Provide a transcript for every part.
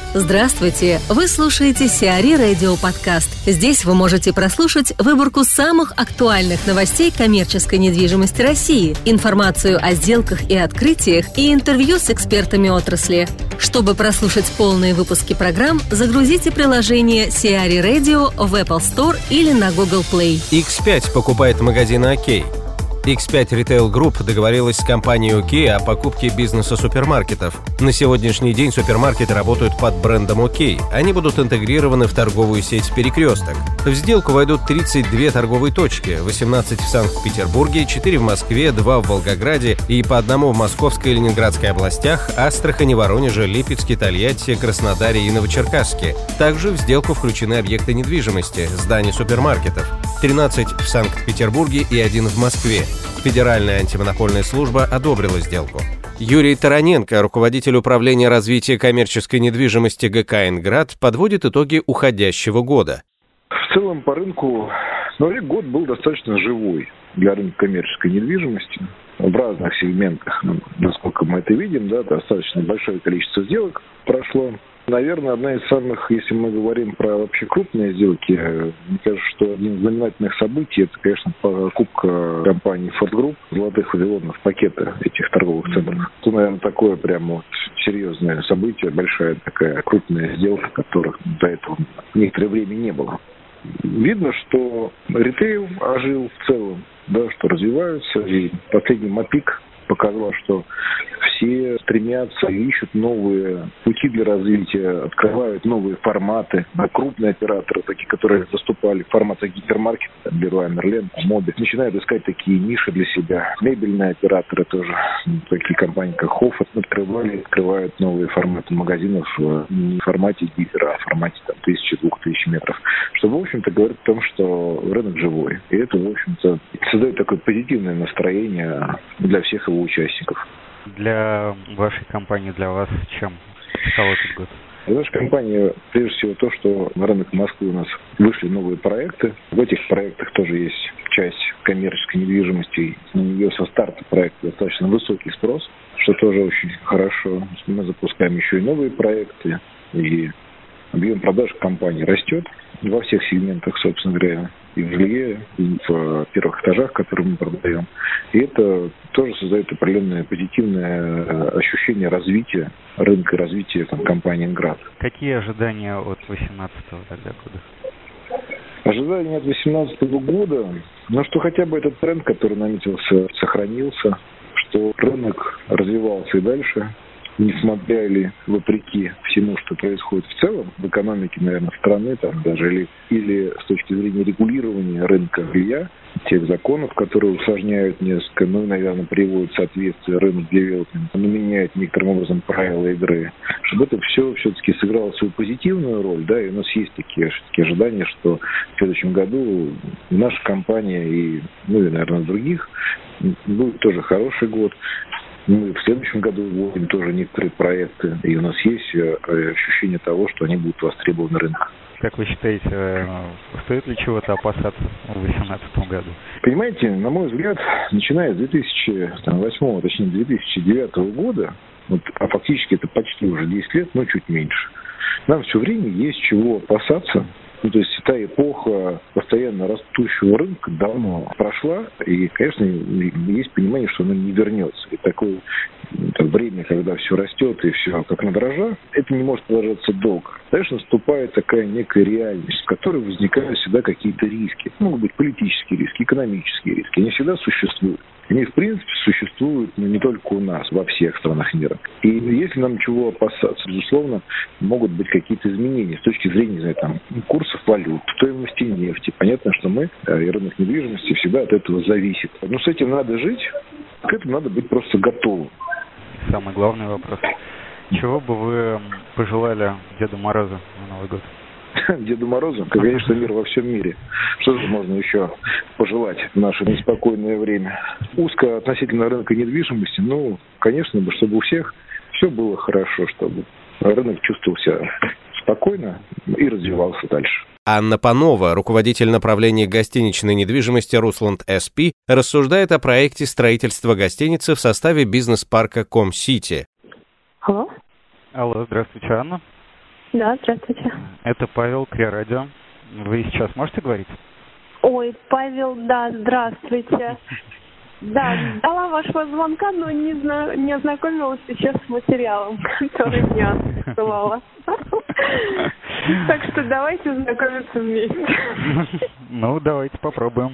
Здравствуйте! Вы слушаете Сиари Радио Подкаст. Здесь вы можете прослушать выборку самых актуальных новостей коммерческой недвижимости России, информацию о сделках и открытиях и интервью с экспертами отрасли. Чтобы прослушать полные выпуски программ, загрузите приложение Сиари Radio в Apple Store или на Google Play. X5 покупает магазины «Окей». X5 Retail Group договорилась с компанией «Окей» о покупке бизнеса супермаркетов. На сегодняшний день супермаркеты работают под брендом «Окей». Они будут интегрированы в торговую сеть «Перекресток». В сделку войдут 32 торговые точки, 18 в Санкт-Петербурге, 4 в Москве, 2 в Волгограде и по одному в Московской и Ленинградской областях, Астрахани, Воронеже, Липецке, Тольятти, Краснодаре и Новочеркасске. Также в сделку включены объекты недвижимости, здания супермаркетов. 13 в Санкт-Петербурге и 1 в Москве. Федеральная антимонопольная служба одобрила сделку. Юрий Тараненко, руководитель управления развития коммерческой недвижимости ГК «Инград», подводит итоги уходящего года. В целом по рынку год был достаточно живой для рынка коммерческой недвижимости в разных сегментах. Насколько мы это видим, достаточно большое количество сделок прошло. Наверное, одна из самых, если мы говорим про вообще крупные сделки, мне кажется, что одним из знаменательных событий, это, конечно, покупка компании Ford Group золотых вавилонов, пакета этих торговых центров. Это, наверное, такое прямо серьезное событие, большая такая крупная сделка, которых до этого некоторое время не было. Видно, что ритейл ожил в целом, что развиваются, и последний МАПИК показал, что все стремятся и ищут новые пути для развития, открывают новые форматы. Крупные операторы, такие, которые заступали в форматах гипермаркета, Леруа Мерлен, Моби, начинают искать такие ниши для себя. Мебельные операторы тоже, такие компании, как Хофф, открывают новые форматы магазинов не в формате гипера, а в формате 1000-2000 метров. Что, в общем-то, говорит о том, что рынок живой. И это, в общем-то, создает такое позитивное настроение для всех его участников. Для вашей компании, для вас чем стал этот год? Для нашей компании, прежде всего, то, что на рынок Москвы у нас вышли новые проекты. В этих проектах тоже есть часть коммерческой недвижимости. На нее со старта проекта достаточно высокий спрос, что тоже очень хорошо. Мы запускаем еще и новые проекты, и объем продаж компании растет во всех сегментах, собственно говоря, и в жилье, и в первых этажах, которые мы продаем. И это тоже создает определенное позитивное ощущение развития рынка, развития компании «Инград». Какие ожидания от 2018 тогда года? Ожидания от 2018 года, что хотя бы этот тренд, который наметился, сохранился, что рынок развивался и дальше, несмотря или вопреки всему, что происходит в целом в экономике, наверное, страны, даже или с точки зрения регулирования рынка жилья, тех законов, которые усложняют несколько, наверное, приводят в соответствие рынок девелопмента, но меняют некоторым образом правила игры, чтобы это все все-таки сыграло свою позитивную роль, и у нас есть такие ожидания, что в следующем году наша компания и, наверное, других будет тоже хороший год. Мы в следующем году вводим тоже некоторые проекты, и у нас есть ощущение того, что они будут востребованы рынком. Как вы считаете, стоит ли чего-то опасаться в 2018 году? Понимаете, на мой взгляд, начиная с 2008, точнее 2009 года, а фактически это почти уже 10 лет, но чуть меньше, нам все время есть чего опасаться. То есть та эпоха постоянно растущего рынка давно прошла, и, конечно, есть понимание, что оно не вернется. И такое время, когда все растет и все как на дрожжах, это не может продолжаться долго. Дальше наступает такая некая реальность, в которой возникают всегда какие-то риски. Это могут быть политические риски, экономические риски. Они всегда существуют. Они, в принципе, существуют не только у нас, во всех странах мира. И если нам чего опасаться, безусловно, могут быть какие-то изменения с точки зрения, курсов валют, стоимости нефти. Понятно, что мы, и рынок недвижимости, всегда от этого зависит. Но с этим надо жить, к этому надо быть просто готовым. Самый главный вопрос. Чего бы вы пожелали Деду Морозу на Новый год? Деду Морозу, конечно, мир во всем мире. Что же можно еще пожелать в наше неспокойное время? Узко относительно рынка недвижимости, конечно, чтобы у всех все было хорошо, чтобы рынок чувствовал себя спокойно и развивался дальше. Анна Панова, руководитель направления гостиничной недвижимости «Русланд СП», рассуждает о проекте строительства гостиницы в составе бизнес-парка «Ком-Сити». Алло, здравствуйте, Анна. Да, здравствуйте. Это Павел, Креа Радио. Вы сейчас можете говорить? Ой, Павел, да, здравствуйте. Да, ждала вашего звонка, но не ознакомилась еще с материалом, который мне отсылала. Так что давайте знакомиться вместе. Ну, давайте попробуем.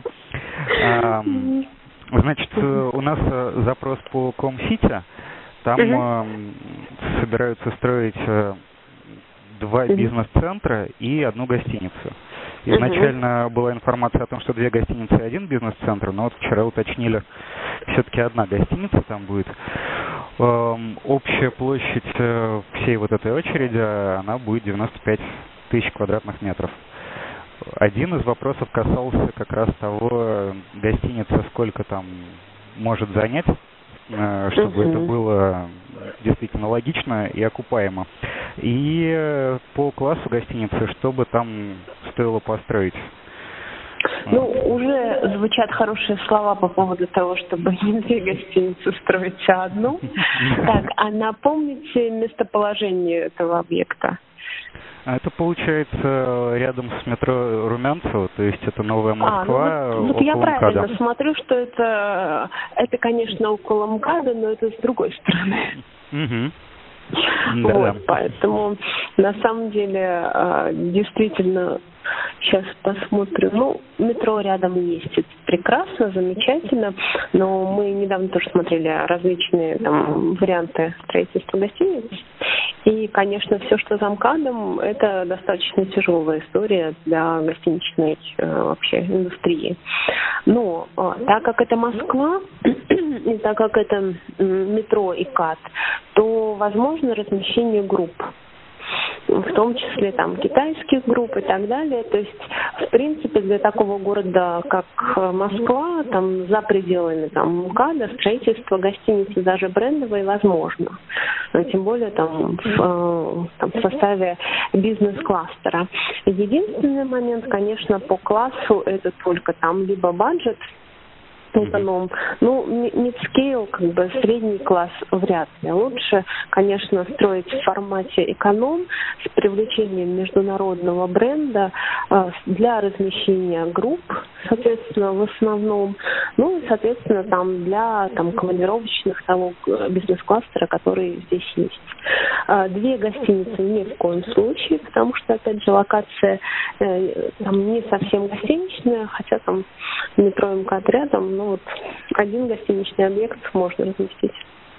Значит, у нас запрос по Ком-Сити. Там собираются строить 2 бизнес-центра и 1 гостиницу. Изначально была информация о том, что 2 гостиницы и 1 бизнес-центр, но вот вчера уточнили, все-таки 1 гостиница там будет. Общая площадь всей вот этой очереди, она будет 95 тысяч квадратных метров. Один из вопросов касался как раз того, гостиница сколько там может занять, чтобы это было действительно логично и окупаемо. И по классу гостиницы, чтобы там стоило построить. Ну, уже звучат хорошие слова по поводу того, чтобы не 2 гостиницы строить, а 1. Так, а напомните местоположение этого объекта. Это получается рядом с метро Румянцево, то есть это Новая Москва, вот около я правильно МКАДа. Смотрю, что это, конечно, около МКАДа, но это с другой стороны. Вот, поэтому на самом деле действительно сейчас посмотрим. Ну, метро рядом есть, это прекрасно, замечательно, но мы недавно тоже смотрели различные там варианты строительства гостиниц. И, конечно, все, что за МКАДом, это достаточно тяжелая история для гостиничной вообще индустрии. Но так как это Москва, и так как это метро и КАТ, то возможно размещение групп, в том числе там китайских групп и так далее. То есть, в принципе, для такого города, как Москва, там за пределами там МКАДа строительство гостиницы даже брендовой возможно. Тем более там в составе бизнес-кластера. Единственный момент, конечно, по классу это только там либо баджет, эконом. Ну, mid-scale, как бы средний класс вряд ли. Лучше, конечно, строить в формате эконом с привлечением международного бренда для размещения групп, соответственно, в основном. Ну и, соответственно, там для командировочных того бизнес-кластера, который здесь есть. 2 гостиницы ни в коем случае, потому что, опять же, локация там не совсем гостиничная, хотя там метро МКАД рядом, но вот 1 гостиничный объект можно разместить.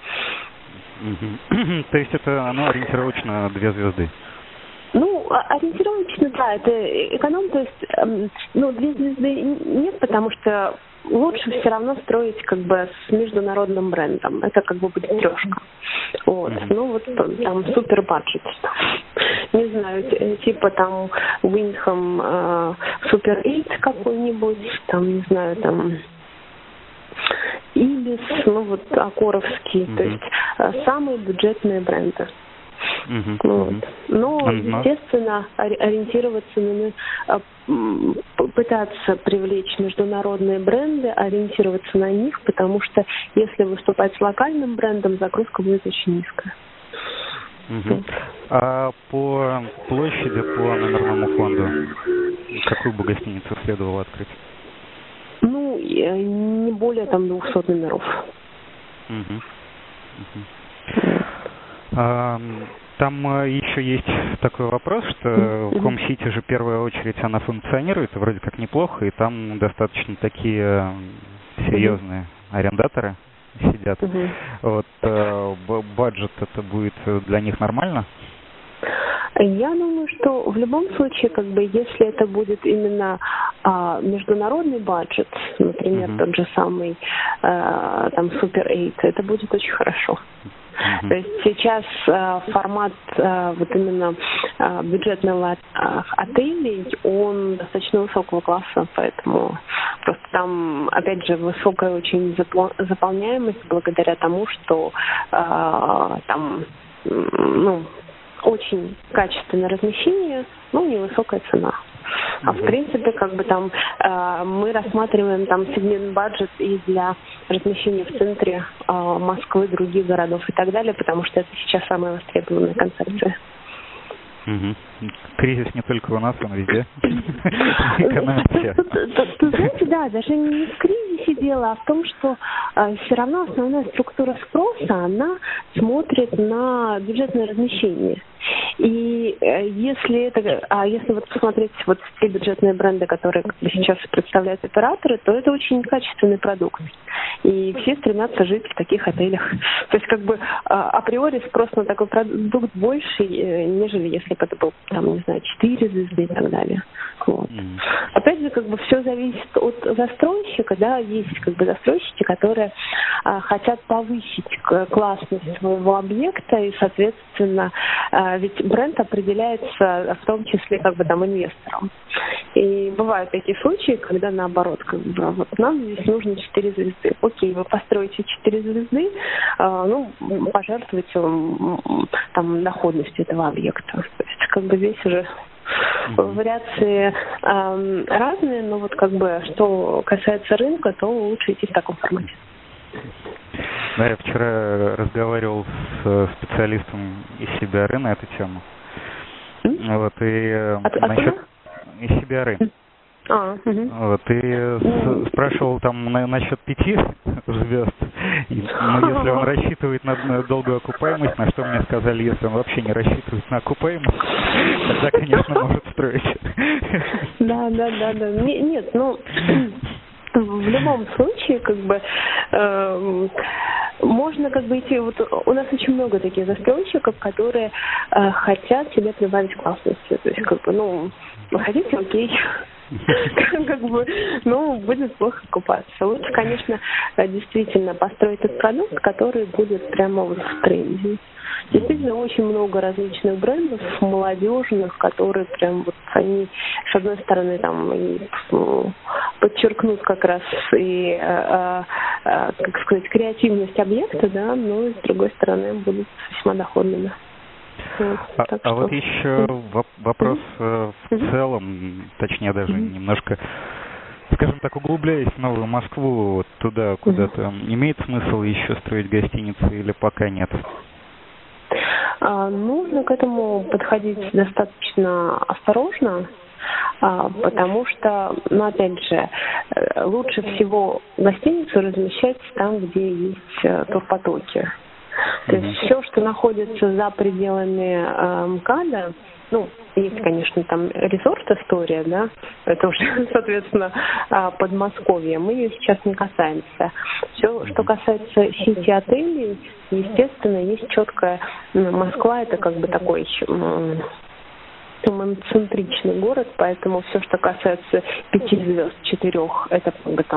То есть это ориентировочно 2 звезды? Ну, ориентировочно, да, это эконом, то есть, 2 звезды нет, потому что лучше все равно строить как бы с международным брендом. Это как бы будет 3. Вот. Ну вот там супер баджет. Не знаю, типа там Wyndham Super 8 какой-нибудь, там, не знаю, там Ibis, ну вот Акоровский, то есть самые бюджетные бренды. Вот. Но, естественно, ориентироваться пытаться привлечь международные бренды, ориентироваться на них, потому что если выступать с локальным брендом, загрузка будет очень низкая. А по площади, по номерному фонду, какую бы гостиницу следовало открыть? Ну, не более там 200 номеров. Там еще есть такой вопрос, что Ком-Сити же в первую очередь она функционирует, вроде как неплохо, и там достаточно такие серьезные арендаторы сидят. Вот баджет это будет для них нормально? Я думаю, что в любом случае, как бы, если это будет именно международный баджет, например, тот же самый там Super 8, это будет очень хорошо. То есть сейчас формат вот именно бюджетного отелей, он достаточно высокого класса, поэтому просто там, опять же, высокая очень заполняемость благодаря тому, что там, очень качественное размещение, невысокая цена. А в принципе, как бы там мы рассматриваем там сегмент баджет и для размещения в центре Москвы, других городов и так далее, потому что это сейчас самая востребованная концепция. Кризис не только у нас, он везде. Экономит все. Ты знаете, да, даже не в кризисе дело, а в том, что все равно основная структура спроса, она смотрит на бюджетное размещение. И если вот посмотреть вот те бюджетные бренды, которые сейчас представляют операторы, то это очень качественный продукт. И все стремятся жить в таких отелях. То есть априори спрос на такой продукт больше, нежели если бы это был, там, не знаю, 4 звезды и так далее. Вот. Опять же, все зависит от застройщика, да, есть застройщики, которые хотят повысить классность своего объекта, и, соответственно, ведь бренд определяется в том числе инвестором. И бывают такие случаи, когда наоборот, вот нам здесь нужно 4 звезды. Окей, вы построите 4 звезды, пожертвуйте там доходностью этого объекта. То есть здесь уже вариации разные, но вот что касается рынка, то лучше идти в таком формате. Да, я вчера разговаривал с специалистом из CBRE на эту тему. Вот, и насчет из CBRE. Вот, и спрашивал там насчет 5 звезд. Если он рассчитывает на долгую окупаемость, на что мне сказали, если он вообще не рассчитывает на окупаемость, тогда, конечно, может строить. Да. Нет, в любом случае, можно идти. Вот у нас очень много таких застройщиков, которые хотят себе прибавить классности. То есть, вы хотите, окей. Будет плохо окупаться. Лучше, конечно, действительно построить этот продукт, который будет прямо в тренде. Действительно, очень много различных брендов, молодежных, которые они, с одной стороны, подчеркнут как раз и, креативность объекта, да, но с другой стороны будут весьма доходными. Вот еще вопрос в целом, точнее даже немножко, скажем так, углубляясь в Новую Москву, вот туда куда-то, имеет смысл еще строить гостиницы или пока нет? Нужно к этому подходить достаточно осторожно, потому что, опять же, лучше всего гостиницу размещать там, где есть турпотоки. То есть все, что находится за пределами МКАДа, есть, конечно, там резорт-история, да, это уже, соответственно, Подмосковье, мы ее сейчас не касаемся. Все, что касается сети отелей, естественно, есть четкая, Москва это такой центричный город, поэтому все, что касается 5 звезд, 4, это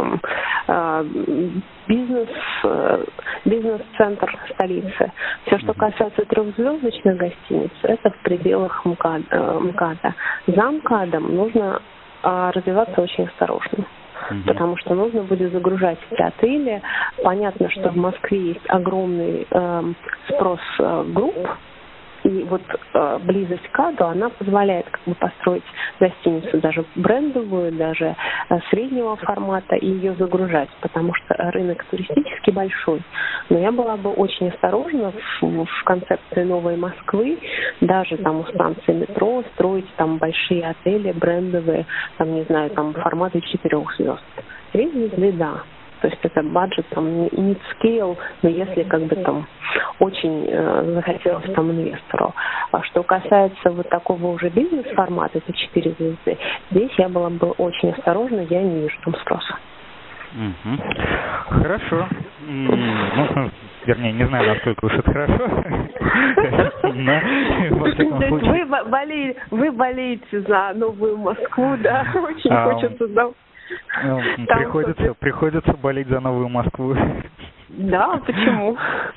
бизнес-центр столицы. Все, что касается 3-звездочных гостиниц, это в пределах МКАДа. За МКАДом нужно развиваться очень осторожно. Потому что нужно будет загружать эти отели. Понятно, что в Москве есть огромный спрос групп, и вот близость к КАДу, она позволяет построить гостиницу даже брендовую, даже среднего формата, и ее загружать, потому что рынок туристически большой. Но я была бы очень осторожна в концепции Новой Москвы, даже у станции метро строить большие отели брендовые, форматы 4 звезд. 3 звезды, да. То есть это баджет, не scale, но если очень захотелось инвестору. А что касается вот такого уже бизнес-формата, это 4 звезды, здесь я была бы очень осторожна, я не вижу там спроса. Хорошо. Вернее, не знаю, насколько уж это хорошо. Вы болеете за Новую Москву, да? Очень хочется, да. Приходится болеть за Новую Москву. Да, почему?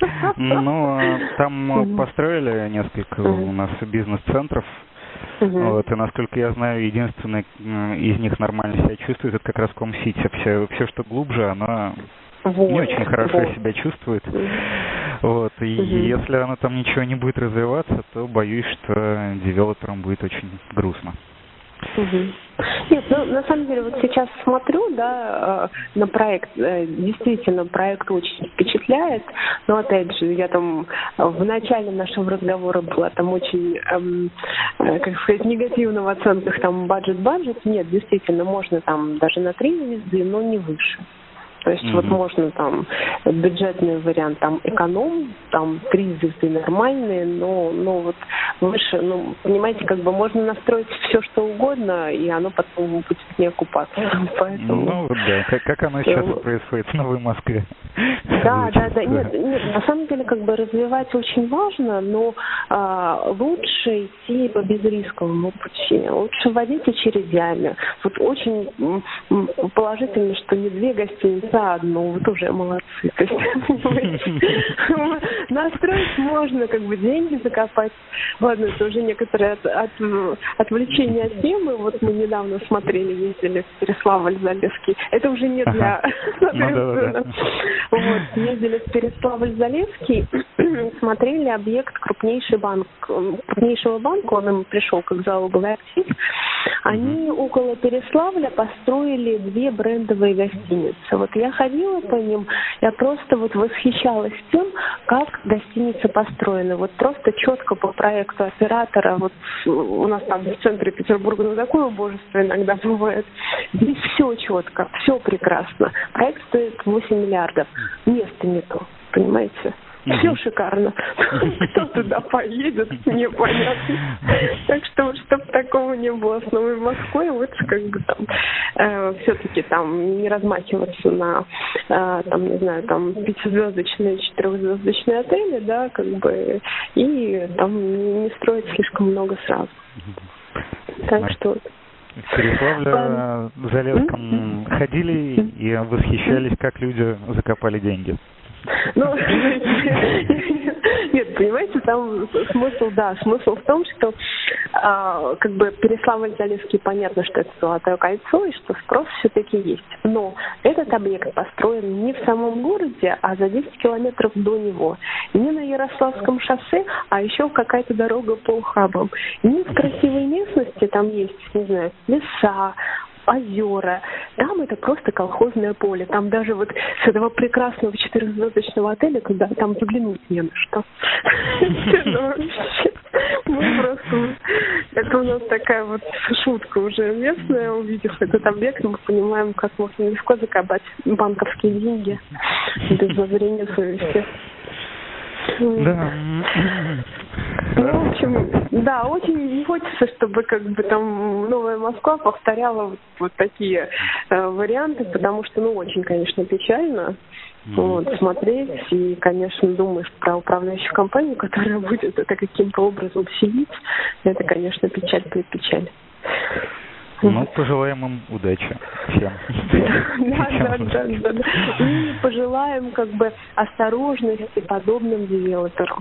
Там построили несколько у нас бизнес-центров. Вот, и насколько я знаю, единственный из них нормально себя чувствует, это как раз Ком-Сити. Все, что глубже, оно не очень хорошо себя чувствует. Вот, и если оно там ничего не будет развиваться, то боюсь, что девелоперам будет очень грустно. Нет, ну на самом деле вот сейчас смотрю, да, на проект, действительно проект очень впечатляет, но опять же, я там в начале нашего разговора была там очень, как сказать, негативно в оценках там бюджет, нет, действительно, можно там даже на 3 звезды, но не выше. То есть вот можно там бюджетный вариант, там эконом, там 3 звезды нормальные, но вот выше, ну, понимаете, как бы можно настроить все, что угодно, и оно потом будет не окупаться. Поэтому... Ну, да, как оно сейчас происходит в Новой Москве. Да. Нет, на самом деле, как бы развивать очень важно, но лучше идти по безрисковому пути, лучше вводить очередями. Вот очень положительно, что не 2 гостиницы, а одну, вот уже молодцы. То есть, настроить можно, как бы деньги закопать. Ладно, это уже некоторое отвлечение от темы. Вот мы недавно ездили в Переславль-Залесский. Это уже не для... Вот, ездили в Переславль-Залесский, смотрели объект крупнейшего банка, он им пришел как залоговый актив. Они около Переславля построили 2 брендовые гостиницы. Вот я ходила по ним, я просто вот восхищалась тем, как гостиницы построены. Вот просто четко по проекту оператора. Вот у нас там в центре Петербурга, ну такое убожество иногда бывает. Здесь все четко, все прекрасно. Проект стоит 8 миллиардов. Место не то, понимаете? Все шикарно. Кто туда поедет, непонятно. Так что, вот, чтобы такого не было с Новой Москвой, лучше как бы там все-таки там не размахиваться на там, не знаю, там 5-звездочные, 4-звездочные отели, да, как бы, и там не строить слишком много сразу. Так что... В Переславле-Залесском ходили и восхищались, как люди закопали деньги. Ну, нет, понимаете, там смысл в том, что как бы Переславль-Залесский, понятно, что это Золотое кольцо и что спрос все-таки есть. Но этот объект построен не в самом городе, а за 10 километров до него. Не на Ярославском шоссе, а еще какая-то дорога по ухабам. Не в красивой местности, там есть, не знаю, леса, озера. Там это просто колхозное поле. Там даже вот с этого прекрасного 4-звездочного отеля туда там заглянуть не на что. Мы просто... Это у нас такая вот шутка уже местная. Увидев этот объект, мы понимаем, как можно легко закопать банковские деньги без зазрения совести. Да. Ну, в общем, да, очень не хочется, чтобы как бы там Новая Москва повторяла вот такие варианты, потому что, ну, очень, конечно, печально вот, смотреть. И, конечно, думаешь про управляющую компанию, которая будет это каким-то образом селить. Это, конечно, печаль при печали. Ну, пожелаем им удачи всем. Да. И пожелаем как бы осторожности подобным девелоперам.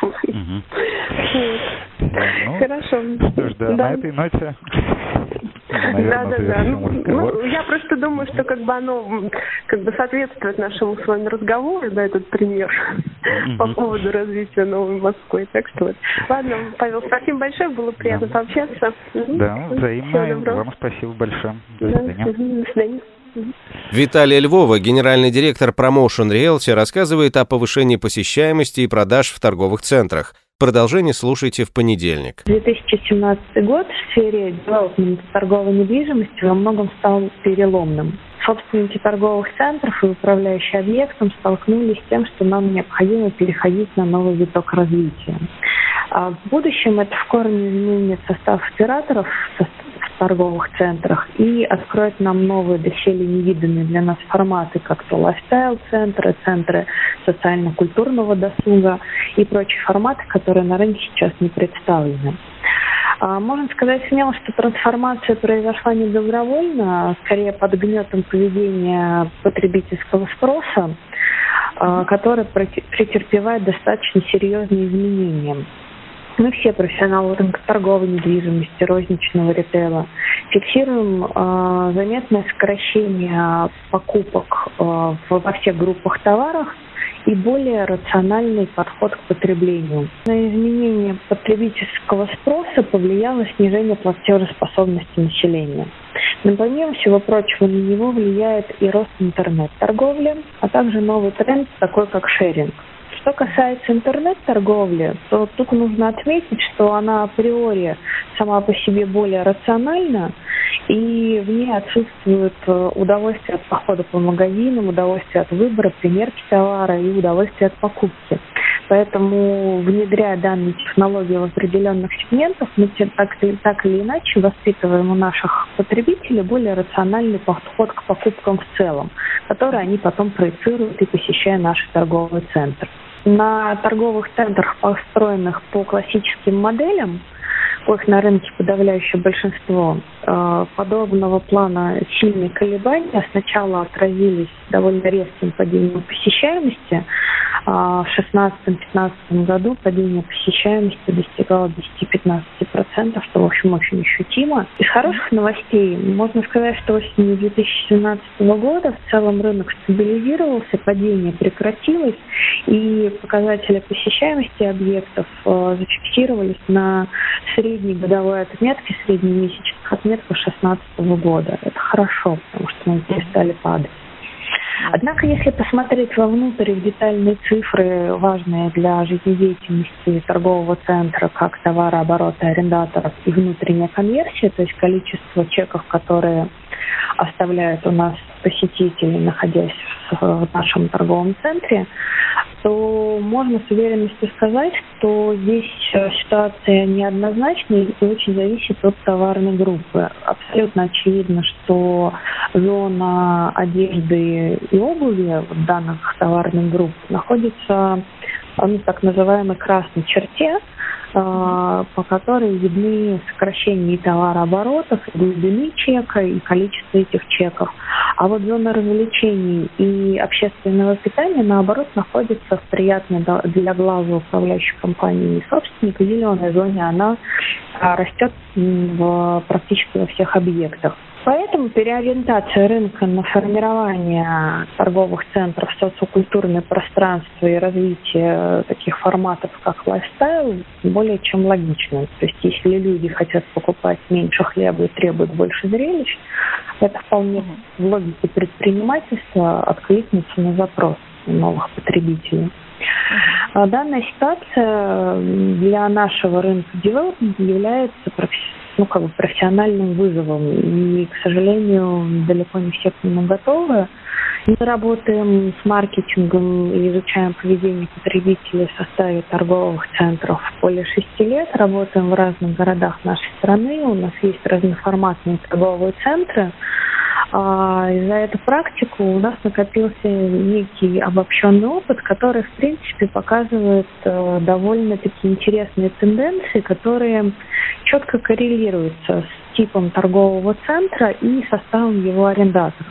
Хорошо. Что ж, да, на этой ноте, наверное, ну, я просто думаю, что как бы оно как бы соответствует нашему с вами разговору, да, этот пример по поводу развития Новой Москвы. Так что вот. Ладно, Павел, спасибо большое, было приятно пообщаться. Да, взаимно. Вам спасибо большое. До свидания. До свидания. Виталия Львова, генеральный директор Promotion Realty, рассказывает о повышении посещаемости и продаж в торговых центрах. Продолжение слушайте в понедельник. 2017 год в сфере девелопмента торговой недвижимости во многом стал переломным. Собственники торговых центров и управляющие объектом столкнулись с тем, что нам необходимо переходить на новый виток развития. В будущем это в корне изменит состав операторов в торговых центрах и откроет нам новые, доселе невиданные для нас форматы, как то лайфстайл-центры, центры социально-культурного досуга и прочие форматы, которые на рынке сейчас не представлены. Можно сказать смело, что трансформация произошла не добровольно, а скорее под гнетом поведения потребительского спроса, который претерпевает достаточно серьезные изменения. Мы все профессионалы рынка торговой недвижимости, розничного ритейла фиксируем заметное сокращение покупок во всех группах товаров и более рациональный подход к потреблению. На изменение потребительского спроса повлияло снижение платежеспособности населения. Но помимо всего прочего, на него влияет и рост интернет-торговли, а также новый тренд, такой как шеринг. Что касается интернет-торговли, то тут нужно отметить, что она априори сама по себе более рациональна, и в ней отсутствует удовольствие от похода по магазинам, удовольствие от выбора, примерки товара и удовольствие от покупки. Поэтому, внедряя данные технологии в определенных сегментах, мы так или иначе воспитываем у наших потребителей более рациональный подход к покупкам в целом, который они потом проецируют и посещая наши торговые центры. На торговых центрах, построенных по классическим моделям, коих на рынке подавляющее большинство, подобного плана сильные колебания сначала отразились довольно резким падением посещаемости. В 2016-2015 году падение посещаемости достигало 10-15%, что, в общем, очень ощутимо. Из хороших новостей можно сказать, что осенью 2017 года в целом рынок стабилизировался, падение прекратилось, и показатели посещаемости объектов зафиксировались на средней годовой отметке, среднемесячных отметках 2016 года. Это хорошо, потому что мы перестали падать. Однако, если посмотреть вовнутрь в детальные цифры, важные для жизнедеятельности торгового центра, как товарооборота арендаторов и внутренняя конверсия, то есть количество чеков, которые оставляют у нас посетители, находясь в нашем торговом центре, то можно с уверенностью сказать, что здесь ситуация неоднозначная и очень зависит от товарной группы. Абсолютно очевидно, что зона одежды и обуви в данных товарных групп находится в так называемой красной черте, по которой видны сокращения товарооборотов, глубины чека и количество этих чеков. А вот зона развлечений и общественного питания, наоборот, находится в приятной для глаза управляющей компании и собственника зеленой зоне. Она растет практически во всех объектах. Поэтому переориентация рынка на формирование торговых центров, социокультурное пространство и развитие таких форматов, как лайфстайл, более чем логично. То есть если люди хотят покупать меньше хлеба и требуют больше зрелищ, это вполне в логике предпринимательства откликнется на запрос новых потребителей. Данная ситуация для нашего рынка девелопмента является профессиональным вызовом. И, к сожалению, далеко не все к нему готовы. Мы работаем с маркетингом и изучаем поведение потребителей в составе торговых центров более 6 лет. Работаем в разных городах нашей страны. У нас есть разноформатные торговые центры. И за эту практику у нас накопился некий обобщенный опыт, который, в принципе, показывает довольно-таки интересные тенденции, которые четко коррелируются с типом торгового центра и составом его арендаторов.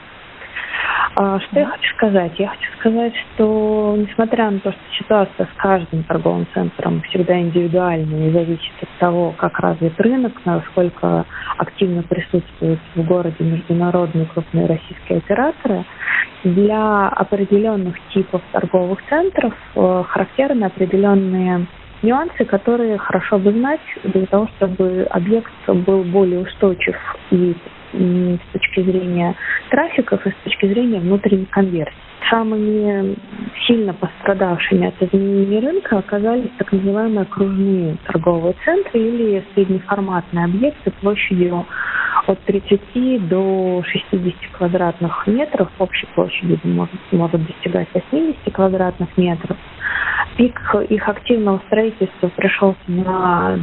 Что я хочу сказать? Я хочу сказать, что несмотря на то, что ситуация с каждым торговым центром всегда индивидуальна и зависит от того, как развит рынок, насколько активно присутствуют в городе международные крупные российские операторы, для определенных типов торговых центров характерны определенные нюансы, которые хорошо бы знать для того, чтобы объект был более устойчив и с точки зрения трафиков, и с точки зрения внутренней конверсии. Самыми сильно пострадавшими от изменений рынка оказались так называемые окружные торговые центры или среднеформатные объекты площадью от 30 до 60 квадратных метров. Общей площадью может достигать 80 квадратных метров. Пик их активного строительства пришелся на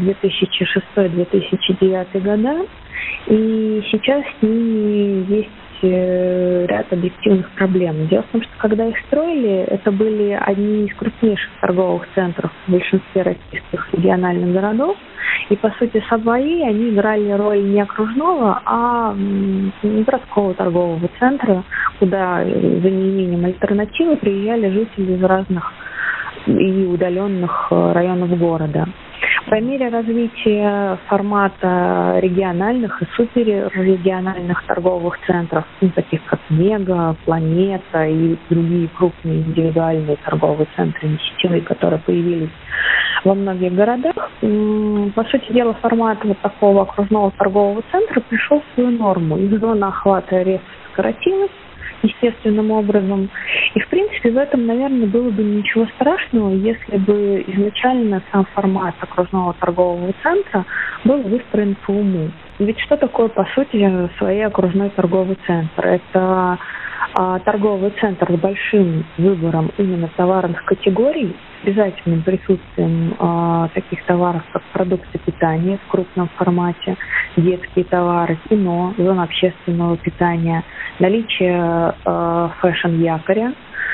2006-2009 года, и сейчас с ними есть ряд объективных проблем. Дело в том, что когда их строили, это были одни из крупнейших торговых центров в большинстве российских региональных городов, и по сути своей они играли роль не окружного, а городского торгового центра, куда за неимением альтернативы приезжали жители из разных и удаленных районов города. По мере развития формата региональных и суперрегиональных торговых центров, таких как Мега, Планета и другие крупные индивидуальные торговые центры, не сетевые, которые появились во многих городах, по сути дела, формат вот такого окружного торгового центра пришел в свою норму. Их зона охвата резко сократилась естественным образом. И, в принципе, в этом, наверное, было бы ничего страшного, если бы изначально сам формат окружного торгового центра был выстроен по уму. Ведь что такое, по сути, своей окружной торговый центр? Это торговый центр с большим выбором именно товарных категорий, с обязательным присутствием таких товаров, как продукты питания в крупном формате, детские товары, кино, зона общественного питания, наличие фэшн-якоря,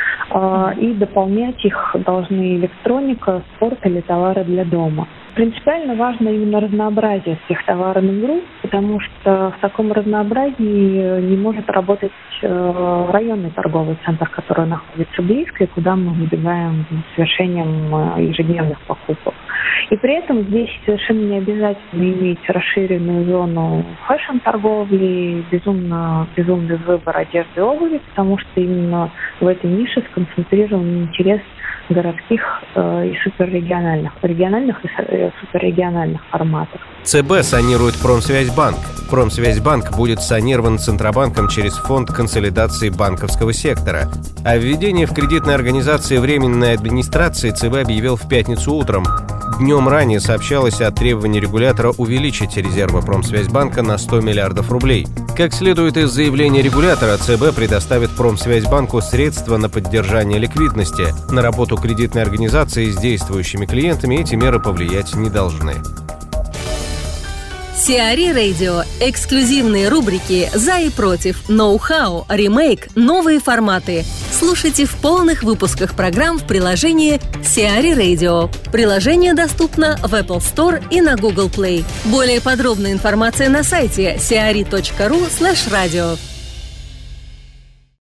и дополнять их должны электроника, спорт или товары для дома. Принципиально важно именно разнообразие всех товарных групп, потому что в таком разнообразии не может работать районный торговый центр, который находится близко и куда мы выбегаем с совершением ежедневных покупок. И при этом здесь совершенно не обязательно иметь расширенную зону фэшн-торговли, безумный выбор одежды и обуви, потому что именно в этой нише сконцентрирован интерес городских и региональных и суперрегиональных форматов. ЦБ санирует Промсвязьбанк. Промсвязьбанк будет санирован Центробанком через Фонд консолидации банковского сектора. О введении в кредитной организации временной администрации ЦБ объявил в пятницу утром. Днем ранее сообщалось о требовании регулятора увеличить резервы Промсвязьбанка на 100 миллиардов рублей. Как следует из заявления регулятора, ЦБ предоставит Промсвязьбанку средства на поддержание ликвидности. На работу кредитной организации с действующими клиентами эти меры повлиять не должны. Сиари Радио. Эксклюзивные рубрики «За и против», «Ноу-хау», «Ремейк», «Новые форматы». Слушайте в полных выпусках программ в приложении Сиари Radio. Приложение доступно в Apple Store и на Google Play. Более подробная информация на сайте siari.ru/radio.